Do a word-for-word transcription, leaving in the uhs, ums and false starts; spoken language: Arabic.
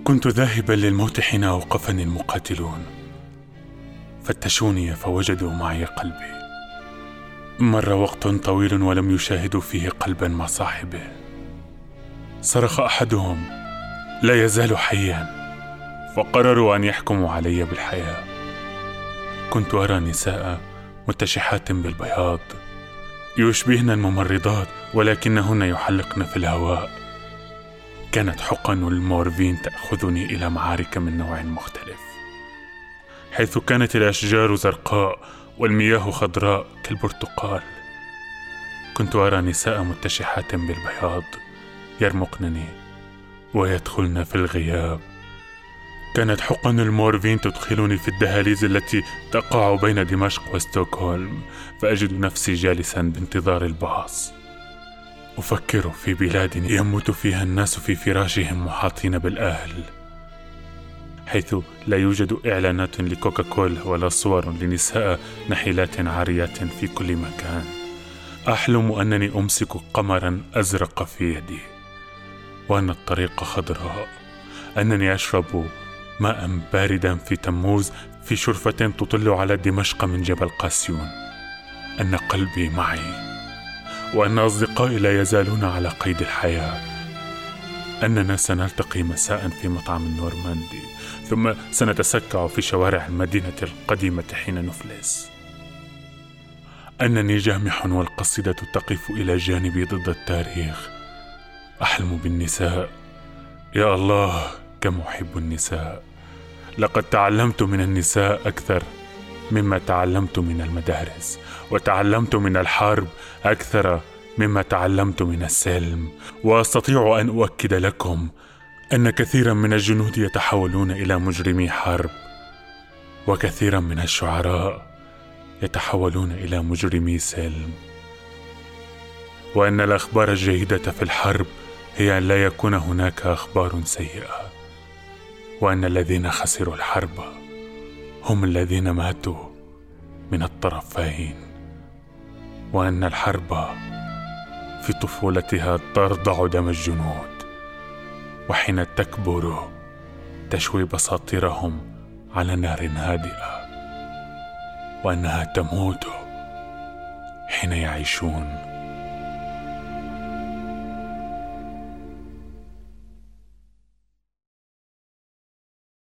كنت ذاهبا للموت حين أوقفني المقاتلون، فتشوني فوجدوا معي قلبي. مر وقت طويل ولم يشاهدوا فيه قلبا مع صاحبه. صرخ أحدهم: لا يزال حيا، فقرروا أن يحكموا علي بالحياة. كنت أرى نساء متشحات بالبياض يشبهن الممرضات، ولكنهن يحلقن في الهواء. كانت حقن المورفين تأخذني إلى معارك من نوع مختلف، حيث كانت الأشجار زرقاء والمياه خضراء كالبرتقال. كنت أرى نساء متشحات بالبياض يرمقنني ويدخلن في الغياب. كانت حقن المورفين تدخلني في الدهاليز التي تقع بين دمشق وستوكهولم، فأجد نفسي جالسا بانتظار الباص، أفكر في بلاد يموت فيها الناس في فراشهم محاطين بالأهل، حيث لا يوجد إعلانات لكوكاكولا ولا صور لنساء نحيلات عاريات في كل مكان. أحلم أنني أمسك قمرا أزرق في يدي، وأن الطريق خضراء، أنني أشرب ماء باردا في تموز في شرفة تطل على دمشق من جبل قاسيون، أن قلبي معي، وأن أصدقائي لا يزالون على قيد الحياة، أننا سنلتقي مساء في مطعم نورماندي، ثم سنتسكع في شوارع المدينة القديمة حين نفلس، أنني جامح والقصيدة تقف إلى جانبي ضد التاريخ. أحلم بالنساء. يا الله، كم أحب النساء. لقد تعلمت من النساء أكثر مما تعلمت من المدارس، وتعلمت من الحرب أكثر مما تعلمت من السلم. وأستطيع أن أؤكد لكم أن كثيرا من الجنود يتحولون إلى مجرمي حرب، وكثيرا من الشعراء يتحولون إلى مجرمي سلم، وأن الأخبار الجيدة في الحرب هي أن لا يكون هناك أخبار سيئة، وأن الذين خسروا الحرب هم الذين ماتوا من الطرفين، وأن الحرب في طفولتها ترضع دم الجنود، وحين تكبر تشوي بساطيرهم على نار هادئة، وأنها تموت حين يعيشون